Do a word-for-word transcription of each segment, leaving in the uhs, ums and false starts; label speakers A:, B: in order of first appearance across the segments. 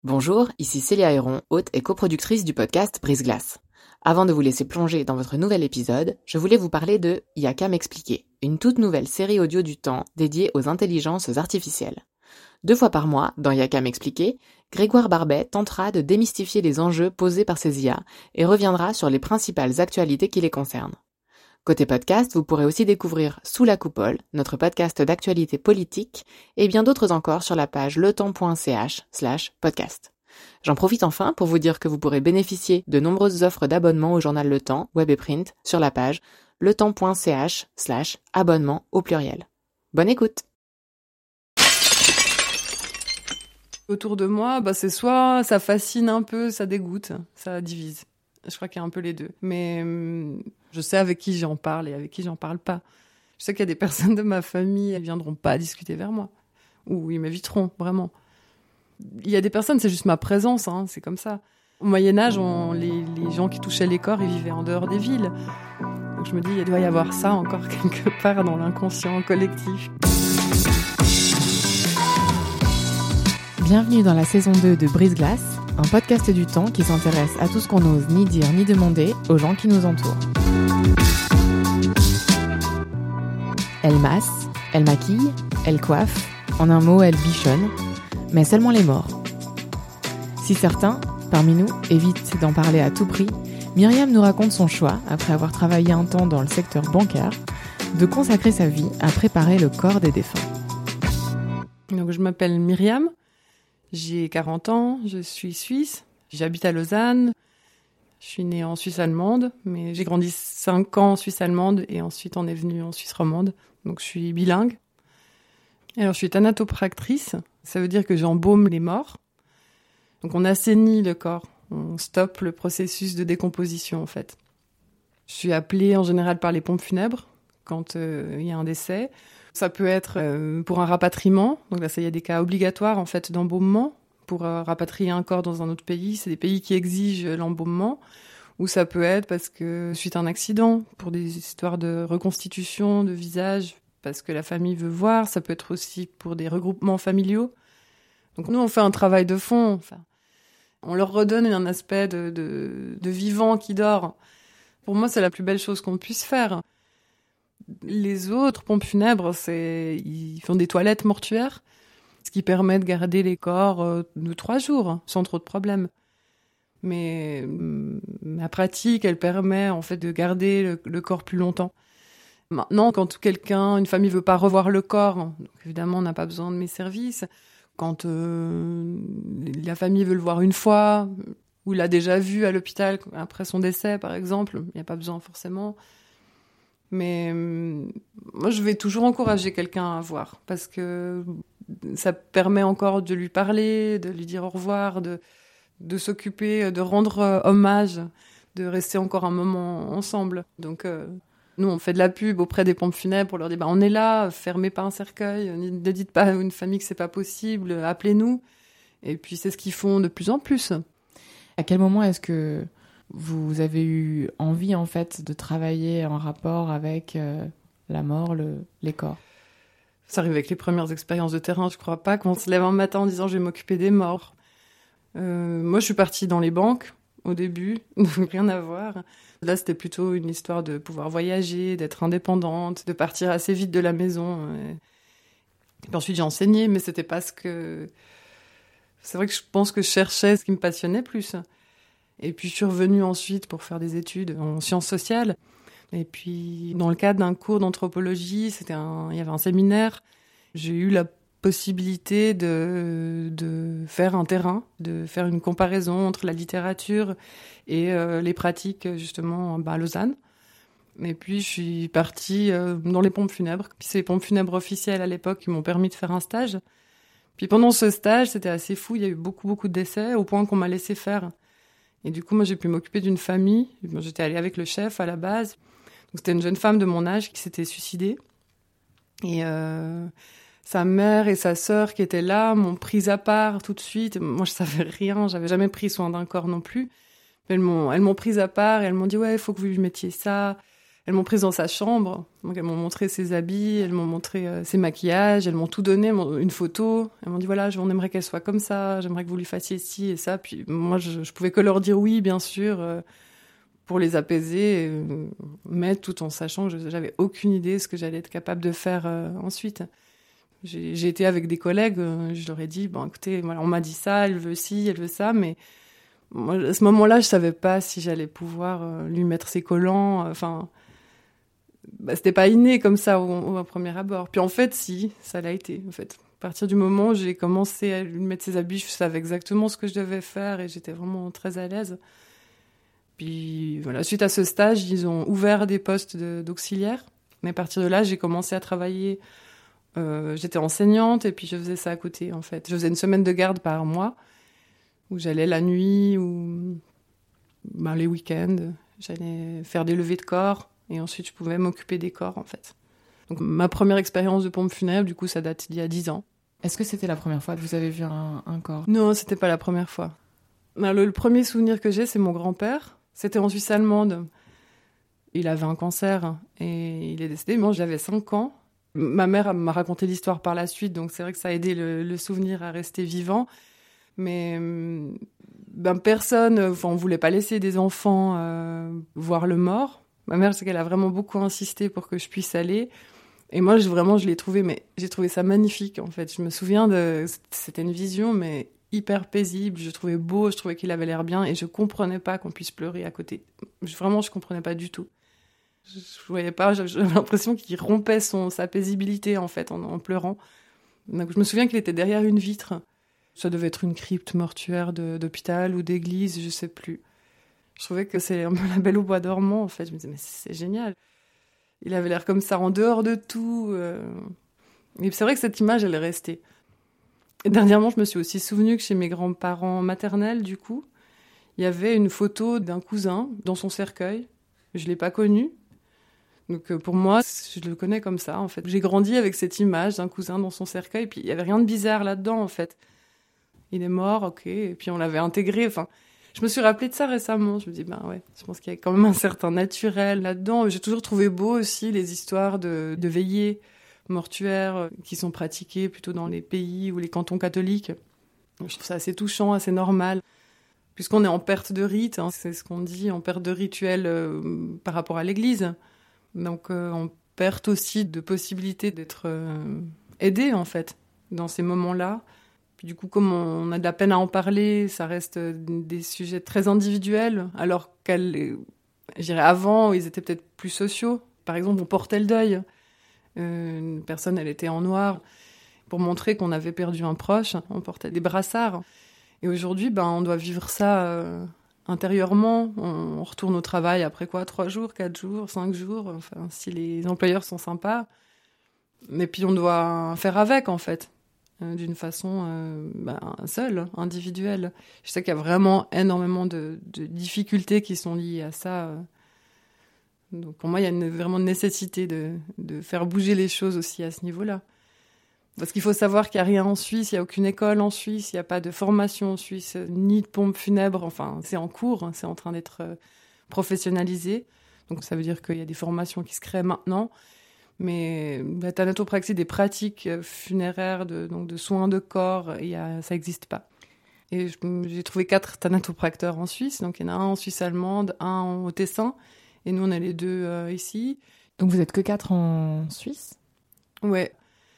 A: Bonjour, ici Célia Héron, hôte et coproductrice du podcast Brise-Glace. Avant de vous laisser plonger dans votre nouvel épisode, je voulais vous parler de Y'a qu'à m'expliquer, une toute nouvelle série audio du temps dédiée aux intelligences artificielles. Deux fois par mois, dans Y'a qu'à m'expliquer, Grégoire Barbet tentera de démystifier les enjeux posés par ces I A et reviendra sur les principales actualités qui les concernent. Côté podcast, vous pourrez aussi découvrir Sous la coupole, notre podcast d'actualité politique, et bien d'autres encore sur la page letemps.ch slash podcast. J'en profite enfin pour vous dire que vous pourrez bénéficier de nombreuses offres d'abonnement au journal Le Temps, web et print, sur la page letemps.ch slash abonnement au pluriel. Bonne écoute!
B: Autour de moi, bah c'est soit ça fascine un peu, ça dégoûte, ça divise. Je crois qu'il y a un peu les deux. Mais hum, je sais avec qui j'en parle et avec qui j'en parle pas. Je sais qu'il y a des personnes de ma famille, elles viendront pas discuter vers moi. Ou ils m'éviteront, vraiment. Il y a des personnes, c'est juste ma présence, hein, c'est comme ça. Au Moyen-Âge, on, les, les gens qui touchaient les corps, ils vivaient en dehors des villes. Donc je me dis, il doit y avoir ça encore quelque part dans l'inconscient collectif.
A: Bienvenue dans la saison deux de Brise-Glace, un podcast du temps qui s'intéresse à tout ce qu'on n'ose ni dire ni demander aux gens qui nous entourent. Elle masse, elle maquille, elle coiffe, en un mot elle bichonne, mais seulement les morts. Si certains, parmi nous, évitent d'en parler à tout prix, Myriam nous raconte son choix, après avoir travaillé un temps dans le secteur bancaire, de consacrer sa vie à préparer le corps des défunts.
B: Donc je m'appelle Myriam. J'ai quarante ans, je suis suisse, j'habite à Lausanne, je suis née en Suisse allemande, mais j'ai grandi cinq ans en Suisse allemande et ensuite on est venu en Suisse romande, donc je suis bilingue. Alors je suis thanatopractrice, ça veut dire que j'embaume les morts, donc on assainit le corps, on stoppe le processus de décomposition en fait. Je suis appelée en général par les pompes funèbres quand euh, il y a un décès. Ça peut être euh, pour un rapatriement, donc là, il y a des cas obligatoires en fait d'embaumement pour euh, rapatrier un corps dans un autre pays. C'est des pays qui exigent l'embaumement, ou ça peut être parce que suite à un accident, pour des histoires de reconstitution de visage, parce que la famille veut voir. Ça peut être aussi pour des regroupements familiaux. Donc nous, on fait un travail de fond. Enfin, on leur redonne un aspect de, de, de vivant qui dort. Pour moi, c'est la plus belle chose qu'on puisse faire. Les autres pompes funèbres, c'est... ils font des toilettes mortuaires, ce qui permet de garder les corps de trois jours, sans trop de problèmes. Mais ma pratique, elle permet en fait de garder le, le corps plus longtemps. Maintenant, quand quelqu'un, une famille veut pas revoir le corps, donc évidemment, on n'a pas besoin de mes services. Quand euh, la famille veut le voir une fois, ou l'a déjà vu à l'hôpital après son décès, par exemple, il n'y a pas besoin forcément. Mais euh, moi, je vais toujours encourager quelqu'un à voir, parce que ça permet encore de lui parler, de lui dire au revoir, de, de s'occuper, de rendre euh, hommage, de rester encore un moment ensemble. Donc, euh, nous, on fait de la pub auprès des pompes funèbres pour leur dire bah, on est là, fermez pas un cercueil, ne dites pas à une famille que c'est pas possible, appelez-nous. Et puis, c'est ce qu'ils font de plus en plus.
A: À quel moment est-ce que vous avez eu envie, en fait, de travailler en rapport avec euh, la mort, le, les corps?
B: Ça arrive avec les premières expériences de terrain. Je crois pas qu'on se lève un matin en disant « je vais m'occuper des morts ». Euh, moi, je suis partie dans les banques au début, donc rien à voir. Là, c'était plutôt une histoire de pouvoir voyager, d'être indépendante, de partir assez vite de la maison. Et puis ensuite, j'ai enseigné, mais c'était pas ce que... C'est vrai que je pense que je cherchais ce qui me passionnait plus. Et puis, je suis revenue ensuite pour faire des études en sciences sociales. Et puis, dans le cadre d'un cours d'anthropologie, c'était un, il y avait un séminaire. J'ai eu la possibilité de, de faire un terrain, de faire une comparaison entre la littérature et euh, les pratiques, justement, bah, à Lausanne. Et puis, je suis partie euh, dans les pompes funèbres. Puis, c'est les pompes funèbres officielles à l'époque qui m'ont permis de faire un stage. Puis, pendant ce stage, c'était assez fou. Il y a eu beaucoup, beaucoup de décès, au point qu'on m'a laissé faire. Et du coup, moi, j'ai pu m'occuper d'une famille. Moi, j'étais allée avec le chef à la base. Donc, c'était une jeune femme de mon âge qui s'était suicidée. Et euh, sa mère et sa sœur qui étaient là m'ont prise à part tout de suite. Moi, je savais rien. J'avais jamais pris soin d'un corps non plus. Mais elles m'ont, elles m'ont prise à part et elles m'ont dit « Ouais, il faut que vous lui mettiez ça. Elles m'ont prise dans sa chambre, donc elles m'ont montré ses habits, elles m'ont montré euh, ses maquillages, elles m'ont tout donné, elles m'ont- une photo. Elles m'ont dit voilà, on aimerait qu'elle soit comme ça, j'aimerais que vous lui fassiez ci et ça. Puis moi, je, je pouvais que leur dire oui, bien sûr, euh, pour les apaiser, euh, mais tout en sachant que je- j'avais aucune idée de ce que j'allais être capable de faire euh, ensuite. J'ai, j'ai été avec des collègues, euh, je leur ai dit bon, écoutez, voilà, on m'a dit ça, elle veut ci, elle veut ça, mais moi, à ce moment-là, je savais pas si j'allais pouvoir euh, lui mettre ses collants, enfin. Bah, c'était pas inné comme ça au, au, au premier abord. Puis en fait, si, ça l'a été. En fait, à partir du moment où j'ai commencé à lui mettre ses habits, je savais exactement ce que je devais faire et j'étais vraiment très à l'aise. Puis voilà, suite à ce stage, ils ont ouvert des postes de, d'auxiliaire. Mais à partir de là, j'ai commencé à travailler. Euh, j'étais enseignante et puis je faisais ça à côté, en fait. Je faisais une semaine de garde par mois où j'allais la nuit ou ben, les week-ends. J'allais faire des levées de corps. Et ensuite, je pouvais m'occuper des corps, en fait. Donc, ma première expérience de pompe funèbre, du coup, ça date d'il y a dix ans.
A: Est-ce que c'était la première fois que vous avez vu un, un corps ?
B: Non, c'était pas la première fois. Ben, le, le premier souvenir que j'ai, c'est mon grand-père. C'était en Suisse allemande. Il avait un cancer et il est décédé. Moi, j'avais cinq ans. Ma mère m'a raconté l'histoire par la suite, donc c'est vrai que ça a aidé le, le souvenir à rester vivant. Mais ben, personne, enfin, on voulait pas laisser des enfants euh, voir le mort. Ma mère, c'est qu'elle a vraiment beaucoup insisté pour que je puisse aller. Et moi, je, vraiment, je l'ai trouvé, mais j'ai trouvé ça magnifique, en fait. Je me souviens de, c'était une vision, mais hyper paisible. Je trouvais beau, je trouvais qu'il avait l'air bien, et je comprenais pas qu'on puisse pleurer à côté. Je, vraiment, je comprenais pas du tout. Je, je voyais pas, j'avais l'impression qu'il rompait son, sa paisibilité, en fait, en, en pleurant. Donc, je me souviens qu'il était derrière une vitre. Ça devait être une crypte mortuaire de, d'hôpital ou d'église, je sais plus. Je trouvais que c'est un peu la Belle au bois dormant, en fait. Je me disais, mais c'est génial. Il avait l'air comme ça, en dehors de tout. Euh... Et c'est vrai que cette image, elle est restée. Et dernièrement, je me suis aussi souvenu que chez mes grands-parents maternels, du coup, il y avait une photo d'un cousin dans son cercueil. Je ne l'ai pas connu. Donc pour moi, je le connais comme ça, en fait. J'ai grandi avec cette image d'un cousin dans son cercueil, puis il n'y avait rien de bizarre là-dedans, en fait. Il est mort, ok, et puis on l'avait intégré, enfin... Je me suis rappelé de ça récemment. Je me dis, ben ouais, je pense qu'il y a quand même un certain naturel là-dedans. J'ai toujours trouvé beau aussi les histoires de, de veillées mortuaires qui sont pratiquées plutôt dans les pays ou les cantons catholiques. Je trouve ça assez touchant, assez normal. Puisqu'on est en perte de rite, hein, c'est ce qu'on dit, en perte de rituel euh, par rapport à l'Église. Donc euh, en perte aussi de possibilité d'être euh, aidé, en fait, dans ces moments-là. Puis du coup, comme on a de la peine à en parler, ça reste des sujets très individuels, alors qu'elle, je dirais avant, ils étaient peut-être plus sociaux. Par exemple, on portait le deuil. Euh, une personne, elle était en noir. Pour montrer qu'on avait perdu un proche, on portait des brassards. Et aujourd'hui, ben, on doit vivre ça euh, intérieurement. On, on retourne au travail après quoi, trois jours, quatre jours, cinq jours, enfin, si les employeurs sont sympas. Et puis on doit faire avec, en fait. D'une façon euh, ben, seule, individuelle. Je sais qu'il y a vraiment énormément de, de difficultés qui sont liées à ça. Donc pour moi, il y a une, vraiment une nécessité de, de faire bouger les choses aussi à ce niveau-là. Parce qu'il faut savoir qu'il n'y a rien en Suisse, il n'y a aucune école en Suisse, il n'y a pas de formation en Suisse, ni de pompe funèbre. Enfin, c'est en cours, c'est en train d'être professionnalisé. Donc ça veut dire qu'il y a des formations qui se créent maintenant. Mais la thanatopraxie, des pratiques funéraires, de, donc de soins de corps, y a, ça n'existe pas. Et je, j'ai trouvé quatre thanatopracteurs en Suisse. Donc il y en a un en Suisse allemande, un au Tessin. Et nous, on a les deux euh, ici.
A: Donc vous êtes que quatre en Suisse ?
B: Ouais.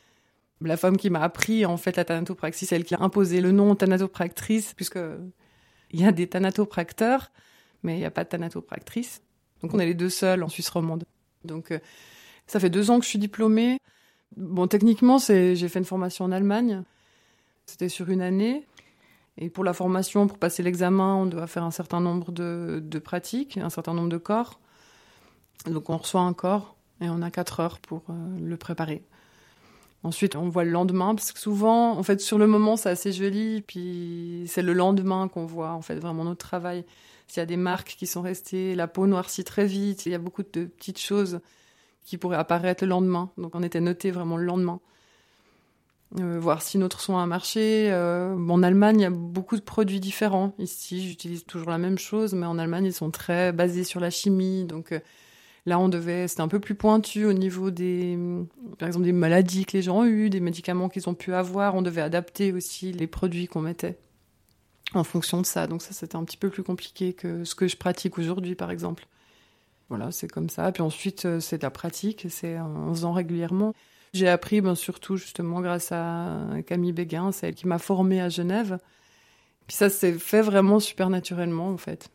B: La femme qui m'a appris, en fait, la thanatopraxie, c'est elle qui a imposé le nom thanatopractrice, puisque il y a des thanatopracteurs, mais il n'y a pas de thanatopractrice. Donc on est les deux seuls en Suisse romande. Donc... Euh, Ça fait deux ans que je suis diplômée. Bon, techniquement, c'est... j'ai fait une formation en Allemagne. C'était sur une année. Et pour la formation, pour passer l'examen, on doit faire un certain nombre de, de pratiques, un certain nombre de corps. Donc on reçoit un corps et on a quatre heures pour euh, le préparer. Ensuite, on voit le lendemain, parce que souvent, en fait, sur le moment, c'est assez joli, puis c'est le lendemain qu'on voit, en fait, vraiment notre travail. S'il y a des marques qui sont restées, la peau noircit très vite, il y a beaucoup de petites choses qui pourrait apparaître le lendemain. Donc on était noté vraiment le lendemain. Euh, voir si notre soin a marché. Euh, en Allemagne, il y a beaucoup de produits différents. Ici, j'utilise toujours la même chose, mais en Allemagne, ils sont très basés sur la chimie. Donc euh, Là, on devait, c'était un peu plus pointu au niveau des, par exemple, des maladies que les gens ont eues, des médicaments qu'ils ont pu avoir. On devait adapter aussi les produits qu'on mettait en fonction de ça. Donc ça, c'était un petit peu plus compliqué que ce que je pratique aujourd'hui, par exemple. Voilà, c'est comme ça. Puis ensuite, c'est de la pratique, c'est en faisant régulièrement. J'ai appris, ben, surtout, justement, grâce à Camille Béguin, c'est elle qui m'a formée à Genève. Puis ça s'est fait vraiment super naturellement, en fait.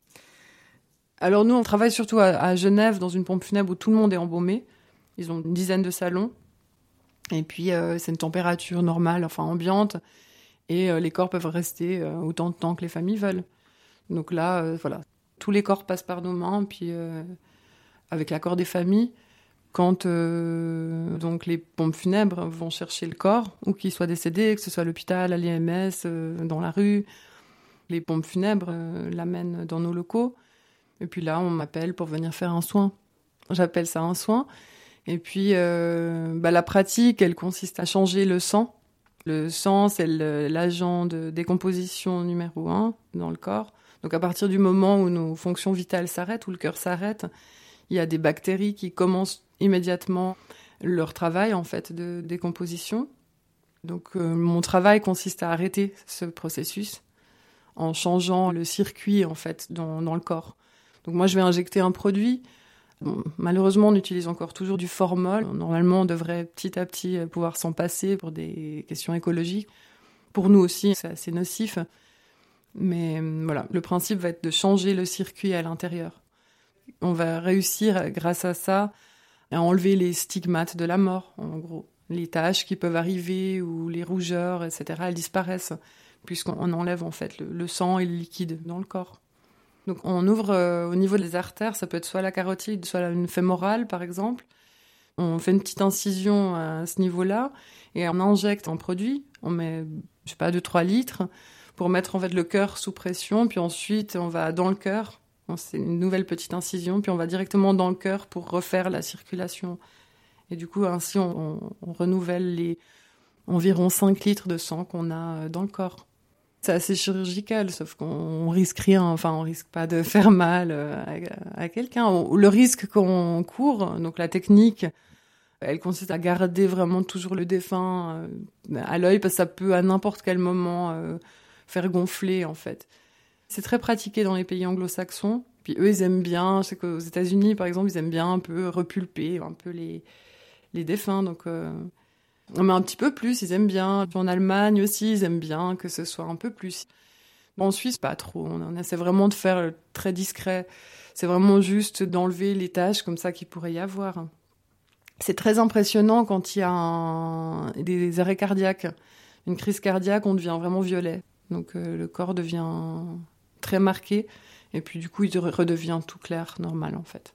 B: Alors nous, on travaille surtout à, à Genève, dans une pompe funèbre où tout le monde est embaumé. Ils ont une dizaine de salons. Et puis, euh, c'est une température normale, enfin ambiante. Et euh, les corps peuvent rester euh, autant de temps que les familles veulent. Donc là, euh, voilà. Tous les corps passent par nos mains, puis euh, avec l'accord des familles, quand euh, donc les pompes funèbres vont chercher le corps, ou qu'il soit décédé, que ce soit à l'hôpital, à l'I M S, euh, dans la rue, les pompes funèbres euh, l'amènent dans nos locaux. Et puis là, on m'appelle pour venir faire un soin. J'appelle ça un soin. Et puis, euh, bah, la pratique, elle consiste à changer le sang. Le sang, c'est le, l'agent de décomposition numéro un dans le corps. Donc à partir du moment où nos fonctions vitales s'arrêtent, où le cœur s'arrête, il y a des bactéries qui commencent immédiatement leur travail en fait de décomposition. Donc euh, mon travail consiste à arrêter ce processus en changeant le circuit en fait dans, dans le corps. Donc moi je vais injecter un produit. Bon, malheureusement on utilise encore toujours du formol. Normalement on devrait petit à petit pouvoir s'en passer pour des questions écologiques. Pour nous aussi c'est assez nocif. Mais voilà, le principe va être de changer le circuit à l'intérieur. On va réussir, grâce à ça, à enlever les stigmates de la mort, en gros. Les taches qui peuvent arriver ou les rougeurs, et cetera, elles disparaissent, puisqu'on enlève en fait le, le sang et le liquide dans le corps. Donc on ouvre euh, au niveau des artères, ça peut être soit la carotide, soit une fémorale, par exemple. On fait une petite incision à ce niveau-là, et on injecte un produit, on met, je sais pas, deux trois litres, pour mettre en fait le cœur sous pression, puis ensuite on va dans le cœur, c'est une nouvelle petite incision, puis on va directement dans le cœur pour refaire la circulation. Et du coup, ainsi, on, on, on renouvelle les environ cinq litres de sang qu'on a dans le corps. C'est assez chirurgical, sauf qu'on risque rien, enfin on risque pas de faire mal à, à quelqu'un. On, le risque qu'on court, donc la technique, elle consiste à garder vraiment toujours le défunt à l'œil, parce que ça peut à n'importe quel moment euh, faire gonfler en fait. C'est très pratiqué dans les pays anglo-saxons. Puis eux, ils aiment bien, je sais qu'aux États-Unis, par exemple, ils aiment bien un peu repulper un peu les, les défunts. Donc, euh, mais un petit peu plus, ils aiment bien. Puis en Allemagne aussi, ils aiment bien que ce soit un peu plus. Bon, en Suisse, pas trop. On essaie vraiment de faire très discret. C'est vraiment juste d'enlever les taches comme ça qu'il pourrait y avoir. C'est très impressionnant quand il y a un, des arrêts cardiaques. Une crise cardiaque, on devient vraiment violet. Donc euh, le corps devient très marqué. Et puis du coup, il redevient tout clair, normal en fait.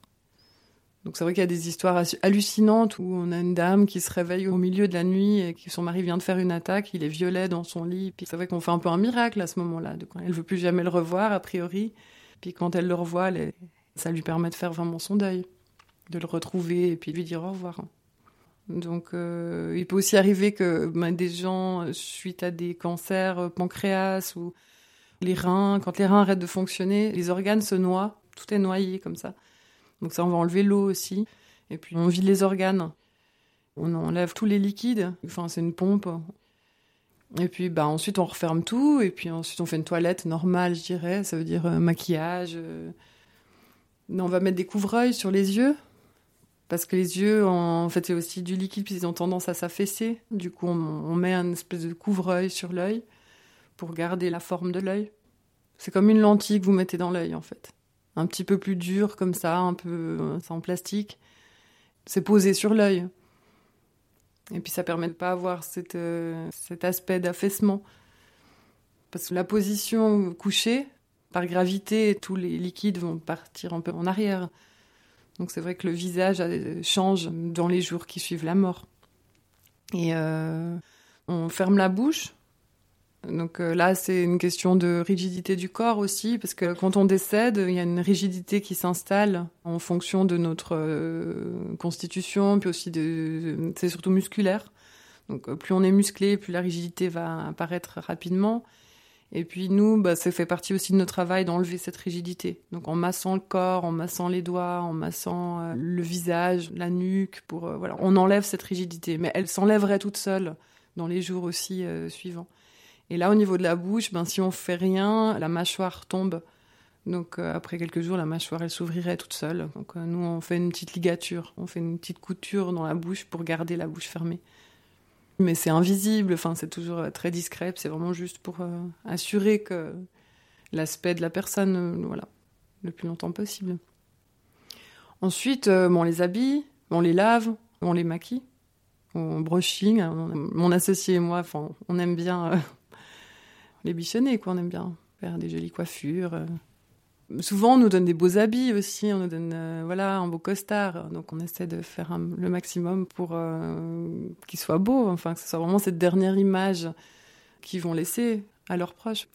B: Donc c'est vrai qu'il y a des histoires hallucinantes où on a une dame qui se réveille au milieu de la nuit et que son mari vient de faire une attaque, il est violet dans son lit. Puis c'est vrai qu'on fait un peu un miracle à ce moment-là. Donc, elle ne veut plus jamais le revoir, a priori. Puis quand elle le revoit, elle est... ça lui permet de faire vraiment son deuil, de le retrouver et puis de lui dire au revoir. Donc euh, il peut aussi arriver que ben, des gens, suite à des cancers euh, pancréas ou les reins, quand les reins arrêtent de fonctionner, les organes se noient, tout est noyé comme ça. Donc ça, on va enlever l'eau aussi. Et puis on vide les organes. On enlève tous les liquides. Enfin, c'est une pompe. Et puis bah, ensuite, on referme tout. Et puis ensuite, on fait une toilette normale, je dirais. Ça veut dire euh, maquillage. Euh... On va mettre des couvre-œils sur les yeux. Parce que les yeux, en fait, c'est aussi du liquide, puis ils ont tendance à s'affaisser. Du coup, on, on met un espèce de couvre-œil sur l'œil pour garder la forme de l'œil. C'est comme une lentille que vous mettez dans l'œil, en fait. Un petit peu plus dur, comme ça, un peu... c'est en plastique. C'est posé sur l'œil. Et puis, ça permet de pas avoir cette, euh, cet aspect d'affaissement. Parce que la position couchée, par gravité, tous les liquides vont partir un peu en arrière. Donc c'est vrai que le visage change dans les jours qui suivent la mort. Et euh, on ferme la bouche. Donc euh, là, c'est une question de rigidité du corps aussi, parce que quand on décède, il y a une rigidité qui s'installe en fonction de notre euh, constitution, puis aussi de, c'est surtout musculaire. Donc plus on est musclé, plus la rigidité va apparaître rapidement. Et puis nous, bah, ça fait partie aussi de notre travail d'enlever cette rigidité. Donc en massant le corps, en massant les doigts, en massant euh, le visage, la nuque, pour euh, voilà, on enlève cette rigidité. Mais elle s'enlèverait toute seule dans les jours aussi euh, suivants. Et là, au niveau de la bouche, ben si on fait rien, la mâchoire tombe. Donc euh, après quelques jours, la mâchoire elle s'ouvrirait toute seule. Donc euh, nous, on fait une petite ligature, on fait une petite couture dans la bouche pour garder la bouche fermée. Mais c'est invisible, enfin, c'est toujours très discret, c'est vraiment juste pour euh, assurer que l'aspect de la personne, euh, voilà, le plus longtemps possible. Ensuite, euh, bon, on les habille, on les lave, on les maquille, on brushing. On, mon associé et moi, enfin, on aime bien euh, les bichonner, quoi, on aime bien faire des jolies coiffures. Euh. Souvent, on nous donne des beaux habits aussi, on nous donne euh, voilà, un beau costard. Donc, on essaie de faire un, le maximum pour euh, qu'il soit beau, enfin, que ce soit vraiment cette dernière image qu'ils vont laisser à leurs proches.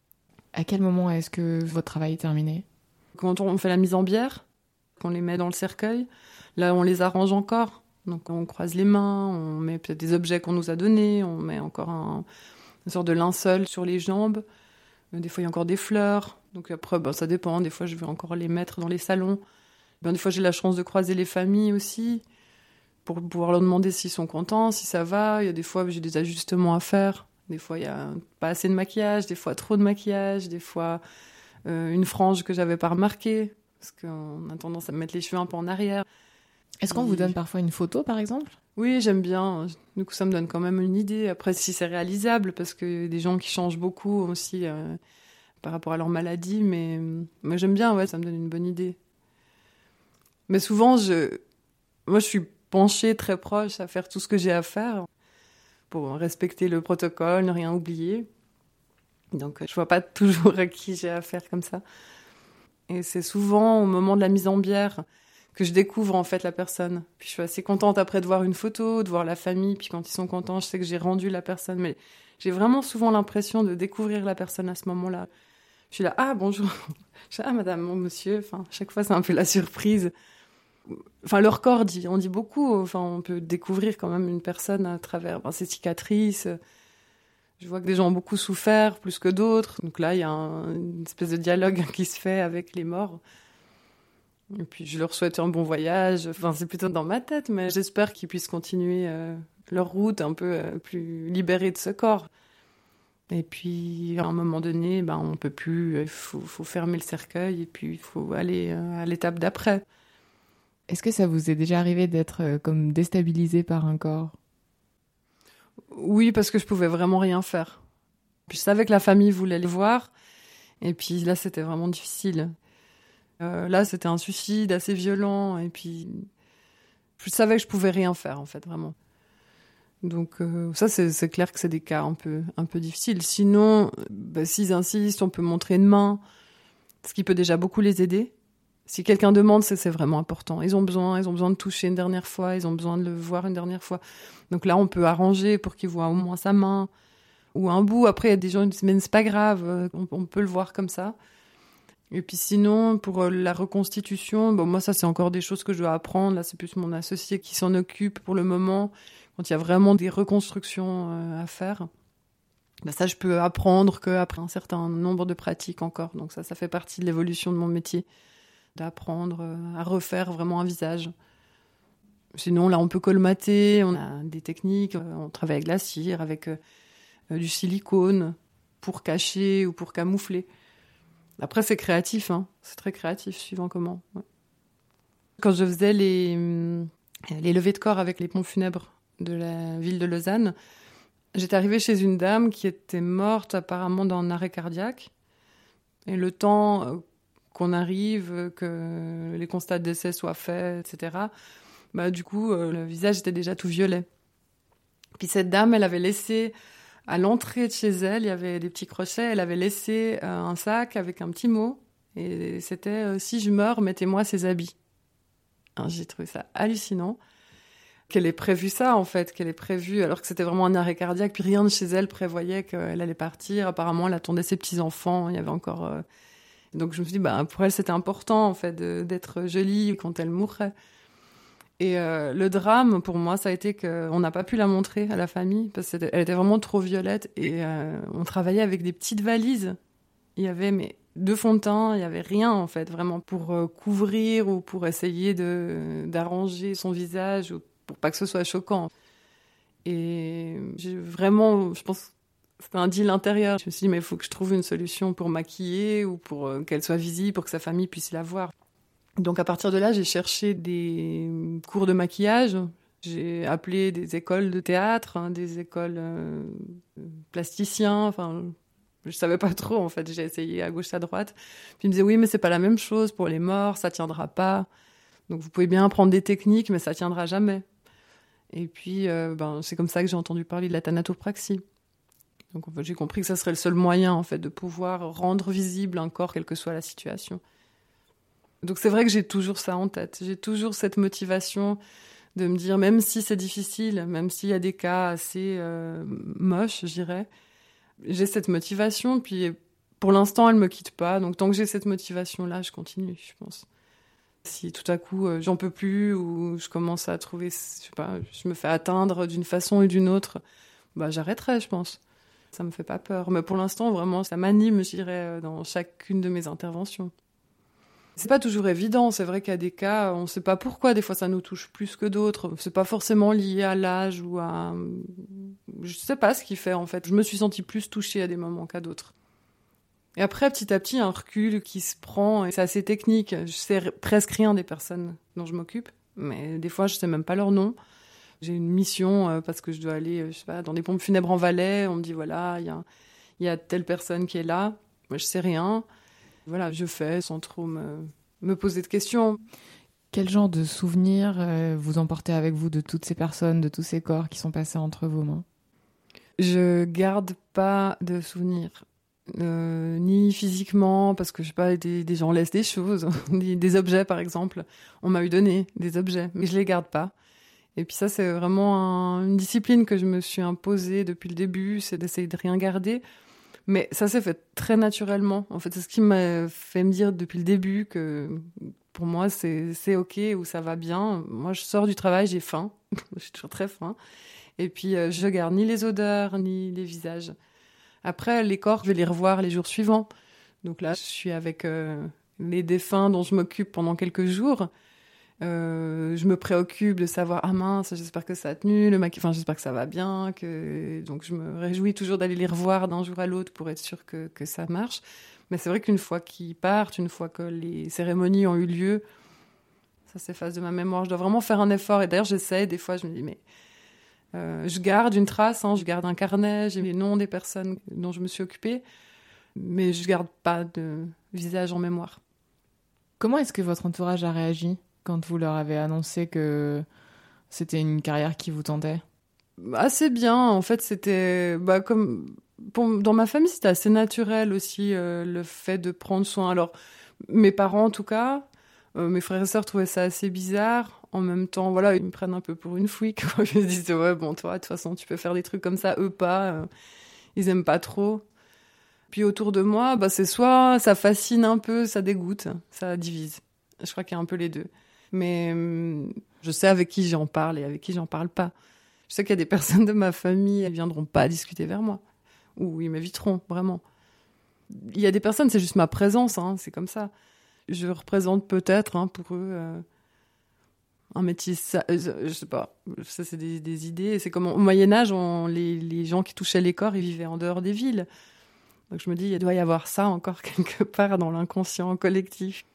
A: À quel moment est-ce que votre travail est terminé ?
B: Quand on fait la mise en bière, qu'on les met dans le cercueil, là, on les arrange encore. Donc, on croise les mains, on met peut-être des objets qu'on nous a donnés, on met encore un, une sorte de linceul sur les jambes. Des fois, il y a encore des fleurs. Donc après, ben, ça dépend. Des fois, je vais encore les mettre dans les salons. Ben, des fois, j'ai la chance de croiser les familles aussi pour pouvoir leur demander s'ils sont contents, si ça va. Il y a des fois, j'ai des ajustements à faire. Des fois, il y a pas assez de maquillage. Des fois, trop de maquillage. Des fois, euh, une frange que j'avais pas remarquée. Parce qu'on a tendance à mettre les cheveux un peu en arrière.
A: Est-ce qu'on
B: Et...
A: vous donne parfois une photo, par exemple ?
B: Oui, j'aime bien. Du coup, ça me donne quand même une idée. Après, si c'est réalisable, parce que des gens qui changent beaucoup aussi euh, par rapport à leur maladie, mais, mais j'aime bien, ouais, ça me donne une bonne idée. Mais souvent, je, moi, je suis penchée très proche à faire tout ce que j'ai à faire pour respecter le protocole, ne rien oublier. Donc, je vois pas toujours à qui j'ai affaire comme ça. Et c'est souvent au moment de la mise en bière que je découvre en fait la personne. Puis je suis assez contente après de voir une photo, de voir la famille, puis quand ils sont contents, je sais que j'ai rendu la personne. Mais j'ai vraiment souvent l'impression de découvrir la personne à ce moment-là. Je suis là, ah bonjour, je dis, ah madame, mon monsieur, enfin, chaque fois c'est un peu la surprise. Enfin, leur corps dit, on dit beaucoup, enfin, on peut découvrir quand même une personne à travers enfin, ses cicatrices. Je vois que des gens ont beaucoup souffert, plus que d'autres. Donc là, il y a un, une espèce de dialogue qui se fait avec les morts. Et puis je leur souhaite un bon voyage. Enfin, c'est plutôt dans ma tête, mais j'espère qu'ils puissent continuer euh, leur route un peu euh, plus libérés de ce corps. Et puis, à un moment donné, ben, on peut plus. Il faut, faut fermer le cercueil et puis il faut aller euh, à l'étape d'après.
A: Est-ce que ça vous est déjà arrivé d'être euh, comme déstabilisé par un corps ?
B: Oui, parce que je pouvais vraiment rien faire. Puis je savais que la famille voulait les voir. Et puis là, c'était vraiment difficile. Euh, là, c'était un suicide assez violent, et puis je savais que je pouvais rien faire, en fait, vraiment. Donc euh, ça, c'est, c'est clair que c'est des cas un peu, un peu difficiles. Sinon, bah, s'ils insistent, on peut montrer une main, ce qui peut déjà beaucoup les aider. Si quelqu'un demande, c'est, c'est vraiment important. Ils ont besoin, ils ont besoin de toucher une dernière fois, ils ont besoin de le voir une dernière fois. Donc là, on peut arranger pour qu'ils voient au moins sa main ou un bout. Après, il y a des gens qui disent, mais c'est pas grave, on, on peut le voir comme ça. Et puis sinon, pour la reconstitution, bon, moi, ça, c'est encore des choses que je dois apprendre. Là, c'est plus mon associé qui s'en occupe pour le moment. Quand il y a vraiment des reconstructions euh, à faire, ben ça, je peux apprendre qu'après un certain nombre de pratiques encore. Donc ça, ça fait partie de l'évolution de mon métier, d'apprendre euh, à refaire vraiment un visage. Sinon, là, on peut colmater, on a des techniques, euh, on travaille avec de la cire, avec euh, du silicone pour cacher ou pour camoufler. Après, c'est créatif, hein. C'est très créatif, suivant comment. Ouais. Quand je faisais les, les levées de corps avec les pompes funèbres de la ville de Lausanne, j'étais arrivée chez une dame qui était morte apparemment d'un arrêt cardiaque. Et le temps qu'on arrive, que les constats de décès soient faits, et cetera, bah, du coup, le visage était déjà tout violet. Puis cette dame, elle avait laissé... À l'entrée de chez elle, il y avait des petits crochets. Elle avait laissé euh, un sac avec un petit mot. Et c'était euh, « Si je meurs, mettez-moi ces habits ». Alors, j'ai trouvé ça hallucinant. Qu'elle ait prévu ça, en fait. Qu'elle ait prévu, alors que c'était vraiment un arrêt cardiaque. Puis rien de chez elle prévoyait qu'elle allait partir. Apparemment, elle attendait ses petits-enfants. Il y avait encore... Euh... Donc, je me suis dit, bah, pour elle, c'était important, en fait, de, d'être jolie quand elle mourrait. Et euh, le drame, pour moi, ça a été qu'on n'a pas pu la montrer à la famille parce qu'elle était vraiment trop violette. Et euh, on travaillait avec des petites valises. Il y avait mais, deux fonds de teint, il n'y avait rien, en fait, vraiment pour euh, couvrir ou pour essayer de, d'arranger son visage ou pour pas que ce soit choquant. Et j'ai vraiment, je pense, c'était un deal intérieur. Je me suis dit, mais il faut que je trouve une solution pour maquiller ou pour euh, qu'elle soit visible, pour que sa famille puisse la voir. Donc à partir de là, j'ai cherché des cours de maquillage. J'ai appelé des écoles de théâtre, hein, des écoles euh, plasticiens. Enfin, je savais pas trop en fait. J'ai essayé à gauche à droite. Puis ils me disaient oui, mais c'est pas la même chose pour les morts, ça tiendra pas. Donc vous pouvez bien apprendre des techniques, mais ça tiendra jamais. Et puis euh, ben c'est comme ça que j'ai entendu parler de la thanatopraxie. Donc en fait, j'ai compris que ça serait le seul moyen en fait de pouvoir rendre visible un corps, quelle que soit la situation. Donc c'est vrai que j'ai toujours ça en tête. J'ai toujours cette motivation de me dire, même si c'est difficile, même s'il y a des cas assez euh, moches, je dirais, j'ai cette motivation. Puis pour l'instant, elle me quitte pas. Donc tant que j'ai cette motivation-là, je continue, je pense. Si tout à coup euh, j'en peux plus ou je commence à trouver, je sais pas, je me fais atteindre d'une façon ou d'une autre, bah j'arrêterai, je pense. Ça me fait pas peur. Mais pour l'instant, vraiment, ça m'anime, je dirais, dans chacune de mes interventions. C'est pas toujours évident, c'est vrai qu'il y a des cas, on sait pas pourquoi, des fois ça nous touche plus que d'autres, c'est pas forcément lié à l'âge ou à... Je sais pas ce qui fait en fait, je me suis sentie plus touchée à des moments qu'à d'autres. Et après, petit à petit, un recul qui se prend, et c'est assez technique, je sais presque rien des personnes dont je m'occupe, mais des fois je sais même pas leur nom. J'ai une mission parce que je dois aller, je sais pas, dans des pompes funèbres en Valais, on me dit voilà, il y a, y a telle personne qui est là, moi je sais rien. Voilà, je fais sans trop me, me poser de questions.
C: Quel genre de souvenirs euh, vous emportez avec vous de toutes ces personnes, de tous ces corps qui sont passés entre vos mains ?
B: Je garde pas de souvenirs, euh, ni physiquement, parce que je sais pas, des, des gens laissent des choses, des, des objets par exemple. On m'a eu donné des objets, mais je les garde pas. Et puis ça, c'est vraiment un, une discipline que je me suis imposée depuis le début, c'est d'essayer de rien garder. Mais ça s'est fait très naturellement. En fait, c'est ce qui m'a fait me dire depuis le début que pour moi, c'est, c'est OK ou ça va bien. Moi, je sors du travail, j'ai faim. J'ai toujours très faim. Et puis, euh, je garde ni les odeurs, ni les visages. Après, les corps, je vais les revoir les jours suivants. Donc là, je suis avec euh, les défunts dont je m'occupe pendant quelques jours. Euh, je me préoccupe de savoir ah mince, j'espère que ça a tenu, le maqui... enfin j'espère que ça va bien, que donc je me réjouis toujours d'aller les revoir d'un jour à l'autre pour être sûre que que ça marche. Mais c'est vrai qu'une fois qu'ils partent, une fois que les cérémonies ont eu lieu, ça s'efface de ma mémoire. Je dois vraiment faire un effort et d'ailleurs j'essaie des fois, je me dis mais euh, je garde une trace, hein, je garde un carnet, j'ai les noms des personnes dont je me suis occupée, mais je garde pas de visage en mémoire.
C: Comment est-ce que votre entourage a réagi quand vous leur avez annoncé que c'était une carrière qui vous tentait ?
B: Assez bien, en fait, c'était... Bah, comme... Bon, dans ma famille, c'était assez naturel aussi, euh, le fait de prendre soin. Alors, mes parents, en tout cas, euh, mes frères et sœurs trouvaient ça assez bizarre. En même temps, voilà, ils me prennent un peu pour une freak. Quoi. Ils me disent, ouais, bon, toi, de toute façon, tu peux faire des trucs comme ça, eux pas. Euh, ils aiment pas trop. Puis autour de moi, bah, c'est soit ça fascine un peu, ça dégoûte, ça divise. Je crois qu'il y a un peu les deux. Mais euh, je sais avec qui j'en parle et avec qui j'en parle pas. Je sais qu'il y a des personnes de ma famille, elles viendront pas discuter vers moi. Ou ils m'éviteront, vraiment. Il y a des personnes, c'est juste ma présence, hein, c'est comme ça. Je représente peut-être, hein, pour eux, euh, un métier, ça, je sais pas, ça c'est des, des idées. C'est comme au Moyen-Âge, on, les, les gens qui touchaient les corps, ils vivaient en dehors des villes. Donc je me dis, il doit y avoir ça encore quelque part dans l'inconscient collectif.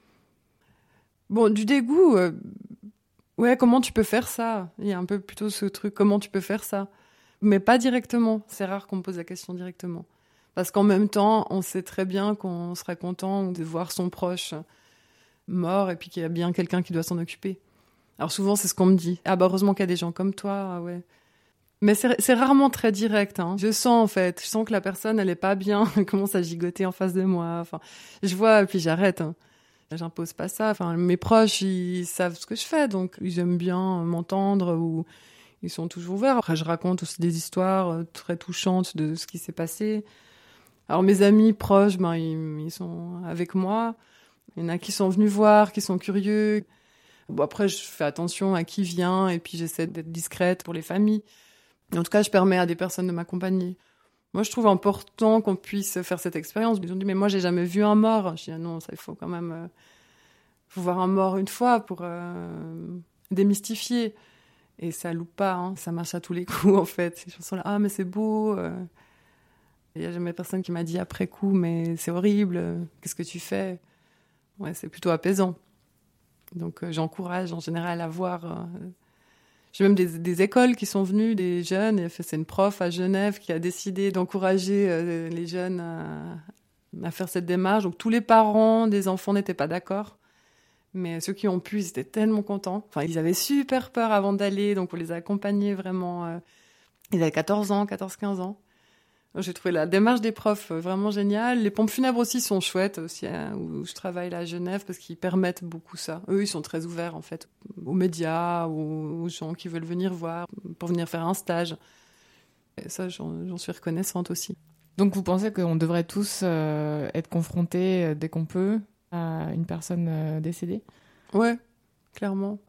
B: Bon, du dégoût, euh, ouais, comment tu peux faire ça ? Il y a un peu plutôt ce truc, comment tu peux faire ça ? Mais pas directement. C'est rare qu'on me pose la question directement. Parce qu'en même temps, on sait très bien qu'on serait content de voir son proche mort et puis qu'il y a bien quelqu'un qui doit s'en occuper. Alors souvent, c'est ce qu'on me dit. Ah bah heureusement qu'il y a des gens comme toi, ah ouais. Mais c'est, c'est rarement très direct. Hein. Je sens, en fait, je sens que la personne, elle est pas bien, elle commence à gigoter en face de moi. Enfin, je vois, et puis j'arrête. Hein. J'impose pas ça. Enfin, mes proches, ils savent ce que je fais, donc ils aiment bien m'entendre ou ils sont toujours ouverts. Après, je raconte aussi des histoires très touchantes de ce qui s'est passé. Alors, mes amis proches, ben, ils, ils sont avec moi. Il y en a qui sont venus voir, qui sont curieux. Bon, après, je fais attention à qui vient et puis j'essaie d'être discrète pour les familles. En tout cas, je permets à des personnes de m'accompagner. Moi, je trouve important qu'on puisse faire cette expérience. Ils ont dit, mais moi, j'ai jamais vu un mort. Je dis, ah non, ça, il faut quand même euh, faut voir un mort une fois pour euh, démystifier. Et ça loupe pas, hein. Ça marche à tous les coups, en fait. Ces chansons-là, ah, mais c'est beau. Il n'y a jamais personne qui m'a dit après coup, mais c'est horrible, qu'est-ce que tu fais? Ouais, c'est plutôt apaisant. Donc, euh, j'encourage en général à voir. Euh... J'ai même des, des écoles qui sont venues, des jeunes. Et c'est une prof à Genève qui a décidé d'encourager euh, les jeunes à, à faire cette démarche. Donc, tous les parents des enfants n'étaient pas d'accord. Mais ceux qui ont pu, ils étaient tellement contents. Enfin, ils avaient super peur avant d'aller, donc on les a accompagnés vraiment. Euh... Ils avaient quatorze ans, quatorze quinze ans. J'ai trouvé la démarche des profs vraiment géniale. Les pompes funèbres aussi sont chouettes, aussi, hein, où je travaille là à Genève, parce qu'ils permettent beaucoup ça. Eux, ils sont très ouverts, en fait, aux médias, aux, aux gens qui veulent venir voir, pour venir faire un stage. Et ça, j'en, j'en suis reconnaissante aussi.
C: Donc, vous pensez qu'on devrait tous euh, être confrontés, euh, dès qu'on peut, à une personne euh, décédée?
B: Ouais, clairement.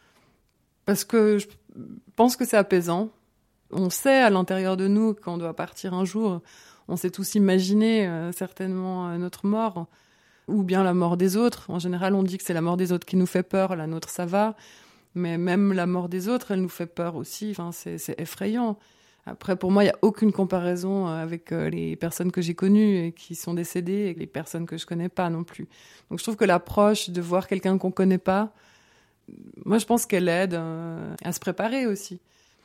B: Parce que je pense que c'est apaisant. On sait à l'intérieur de nous qu'on doit partir un jour. On s'est tous imaginé euh, certainement euh, notre mort, ou bien la mort des autres. En général, on dit que c'est la mort des autres qui nous fait peur, la nôtre, ça va. Mais même la mort des autres, elle nous fait peur aussi. Enfin, c'est, c'est effrayant. Après, pour moi, il n'y a aucune comparaison avec euh, les personnes que j'ai connues et qui sont décédées et les personnes que je ne connais pas non plus. Donc, je trouve que l'approche de voir quelqu'un qu'on ne connaît pas, moi, je pense qu'elle aide euh, à se préparer aussi.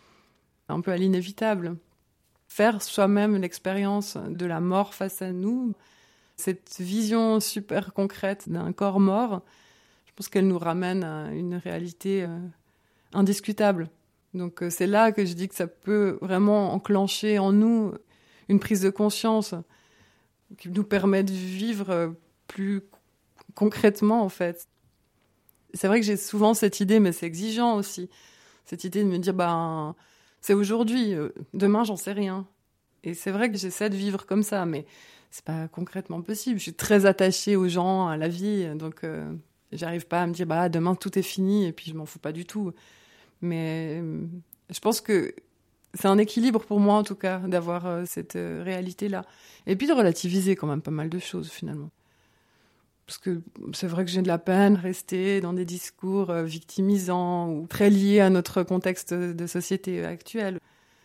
B: Un peu à l'inévitable. Faire soi-même l'expérience de la mort face à nous, cette vision super concrète d'un corps mort, je pense qu'elle nous ramène à une réalité euh, indiscutable. Donc euh, c'est là que je dis que ça peut vraiment enclencher en nous une prise de conscience qui nous permet de vivre plus concrètement, en fait. C'est vrai que j'ai souvent cette idée, mais c'est exigeant aussi, cette idée de me dire, ben... c'est aujourd'hui, demain j'en sais rien. Et c'est vrai que j'essaie de vivre comme ça, mais c'est pas concrètement possible. Je suis très attachée aux gens, à la vie, donc euh, j'arrive pas à me dire bah demain tout est fini et puis je m'en fous pas du tout. Mais euh, je pense que c'est un équilibre pour moi en tout cas d'avoir euh, cette euh, réalité-là. Et puis de relativiser quand même pas mal de choses finalement. Parce que c'est vrai que j'ai de la peine à rester dans des discours euh, victimisants ou très liés à notre contexte de société actuelle.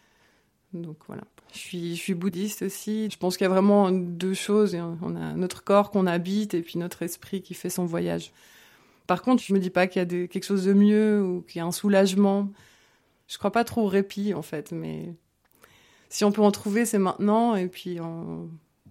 B: Donc voilà. Je suis, je suis bouddhiste aussi. Je pense qu'il y a vraiment deux choses. On a notre corps qu'on habite et puis notre esprit qui fait son voyage. Par contre, je me dis pas qu'il y a de, quelque chose de mieux ou qu'il y a un soulagement. Je crois pas trop au répit en fait, mais si on peut en trouver, c'est maintenant. Et puis on...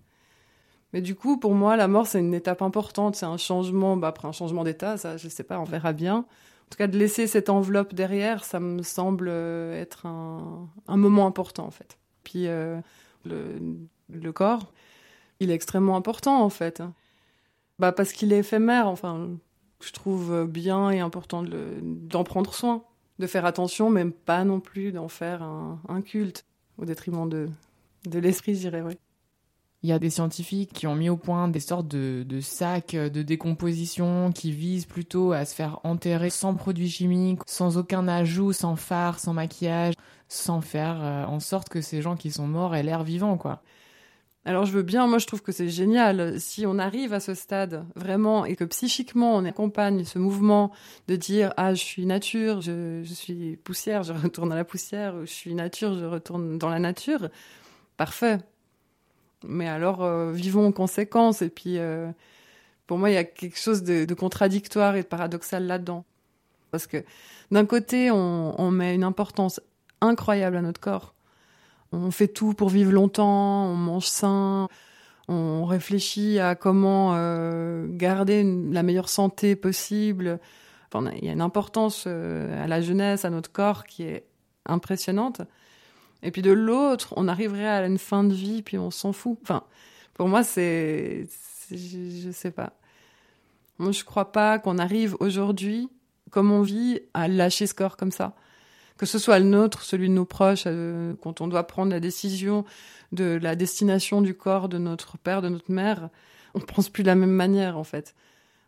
B: Mais du coup, pour moi, la mort, c'est une étape importante. C'est un changement, bah, après un changement d'état, ça, je sais pas, on verra bien. En tout cas, de laisser cette enveloppe derrière, ça me semble être un, un moment important, en fait. Puis, euh, le, le corps, il est extrêmement important, en fait. Bah, parce qu'il est éphémère, enfin, je trouve bien et important de le, d'en prendre soin, de faire attention, mais pas non plus d'en faire un, un culte, au détriment de, de l'esprit, je dirais, oui.
C: Il y a des scientifiques qui ont mis au point des sortes de, de sacs de décomposition qui visent plutôt à se faire enterrer sans produits chimiques, sans aucun ajout, sans fard, sans maquillage, sans faire euh, en sorte que ces gens qui sont morts aient l'air vivants, quoi.
B: Alors je veux bien, moi je trouve que c'est génial. Si on arrive à ce stade, vraiment, et que psychiquement on accompagne ce mouvement de dire « Ah, je suis nature, je, je suis poussière, je retourne à la poussière, je suis nature, je retourne dans la nature », parfait. Mais alors, euh, vivons en conséquence. Et puis, euh, pour moi, il y a quelque chose de, de contradictoire et de paradoxal là-dedans. Parce que, d'un côté, on, on met une importance incroyable à notre corps. On fait tout pour vivre longtemps, on mange sain, on réfléchit à comment euh, garder une, la meilleure santé possible. Enfin, il y a une importance euh, à la jeunesse, à notre corps qui est impressionnante. Et puis de l'autre, on arriverait à une fin de vie, puis on s'en fout. Enfin, pour moi, c'est... c'est je, je sais pas. Moi, je crois pas qu'on arrive aujourd'hui, comme on vit, à lâcher ce corps comme ça. Que ce soit le nôtre, celui de nos proches, euh, quand on doit prendre la décision de la destination du corps de notre père, de notre mère, on pense plus de la même manière, en fait.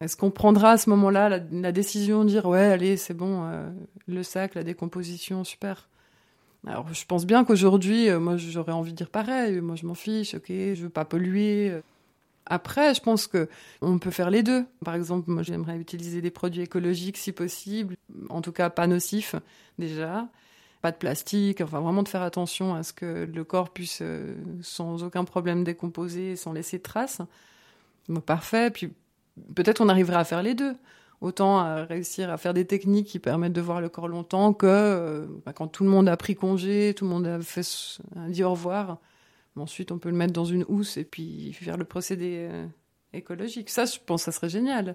B: Est-ce qu'on prendra à ce moment-là la, la décision de dire « Ouais, allez, c'est bon, euh, le sac, la décomposition, super ». Alors, je pense bien qu'aujourd'hui, euh, moi, j'aurais envie de dire pareil. Moi, je m'en fiche, ok, je veux pas polluer. Après, je pense que on peut faire les deux. Par exemple, moi, j'aimerais utiliser des produits écologiques si possible. En tout cas, pas nocifs, déjà. Pas de plastique. Enfin, vraiment de faire attention à ce que le corps puisse, euh, sans aucun problème, décomposer, sans laisser de traces. Donc, parfait. Puis, peut-être on arriverait à faire les deux. Autant à réussir à faire des techniques qui permettent de voir le corps longtemps que euh, bah, quand tout le monde a pris congé, tout le monde a, fait, a dit au revoir, ensuite on peut le mettre dans une housse et puis faire le procédé euh, écologique. Ça, je pense que ça serait génial.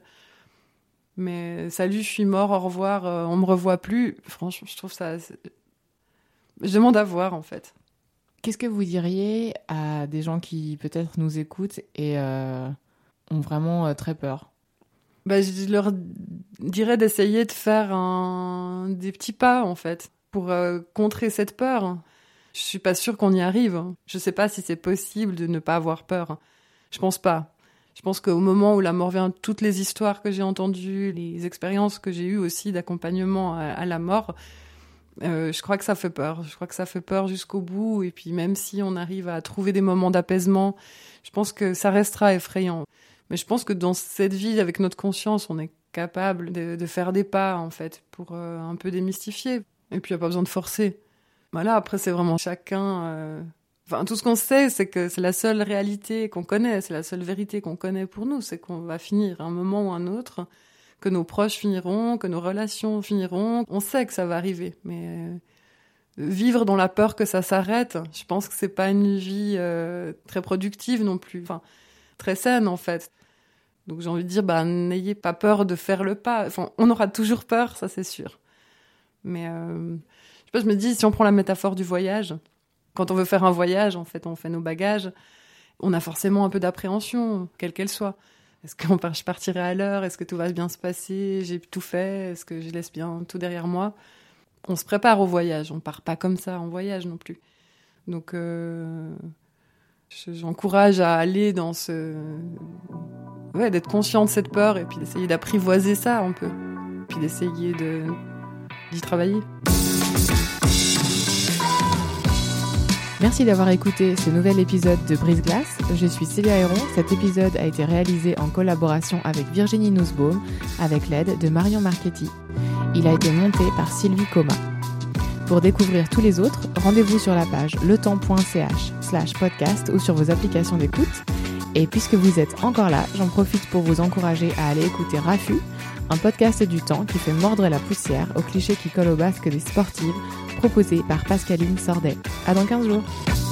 B: Mais salut, je suis mort, au revoir, euh, on me revoit plus. Franchement, je trouve ça... C'est... Je demande à voir, en fait.
C: Qu'est-ce que vous diriez à des gens qui peut-être nous écoutent et euh, ont vraiment euh, très peur ?
B: Bah, je leur dirais d'essayer de faire un... des petits pas, en fait, pour euh, contrer cette peur. Je suis pas sûre qu'on y arrive. Je sais pas si c'est possible de ne pas avoir peur. Je pense pas. Je pense qu'au moment où la mort vient, toutes les histoires que j'ai entendues, les expériences que j'ai eues aussi d'accompagnement à, à la mort, euh, je crois que ça fait peur. Je crois que ça fait peur jusqu'au bout. Et puis même si on arrive à trouver des moments d'apaisement, je pense que ça restera effrayant. Mais je pense que dans cette vie, avec notre conscience, on est capable de, de faire des pas, en fait, pour euh, un peu démystifier. Et puis, il n'y a pas besoin de forcer. Voilà, après, c'est vraiment chacun... Euh... Enfin, tout ce qu'on sait, c'est que c'est la seule réalité qu'on connaît, c'est la seule vérité qu'on connaît pour nous, c'est qu'on va finir à un moment ou un autre, que nos proches finiront, que nos relations finiront. On sait que ça va arriver, mais euh, vivre dans la peur que ça s'arrête, je pense que c'est pas une vie euh, très productive non plus. Enfin, très saine, en fait. Donc j'ai envie de dire, bah, n'ayez pas peur de faire le pas. Enfin, on aura toujours peur, ça c'est sûr. Mais euh, je sais pas, je me dis, si on prend la métaphore du voyage, quand on veut faire un voyage, en fait, on fait nos bagages, on a forcément un peu d'appréhension, quelle qu'elle soit. Est-ce que je partirai à l'heure ? Est-ce que tout va bien se passer ? J'ai tout fait ? Est-ce que je laisse bien tout derrière moi ? On se prépare au voyage, on part pas comme ça en voyage non plus. Donc... Euh... J'encourage à aller dans ce... Ouais, d'être conscient de cette peur et puis d'essayer d'apprivoiser ça un peu. Puis d'essayer de... d'y travailler.
C: Merci d'avoir écouté ce nouvel épisode de Brise Glace. Je suis Célia Héron. Cet épisode a été réalisé en collaboration avec Virginie Nussbaum, avec l'aide de Marion Marchetti. Il a été monté par Sylvie Coma. Pour découvrir tous les autres, rendez-vous sur la page letemps.ch slash podcast ou sur vos applications d'écoute. Et puisque vous êtes encore là, j'en profite pour vous encourager à aller écouter Raffut, un podcast du temps qui fait mordre la poussière aux clichés qui collent au basque des sportives, proposé par Pascaline Sordet. À dans quinze jours.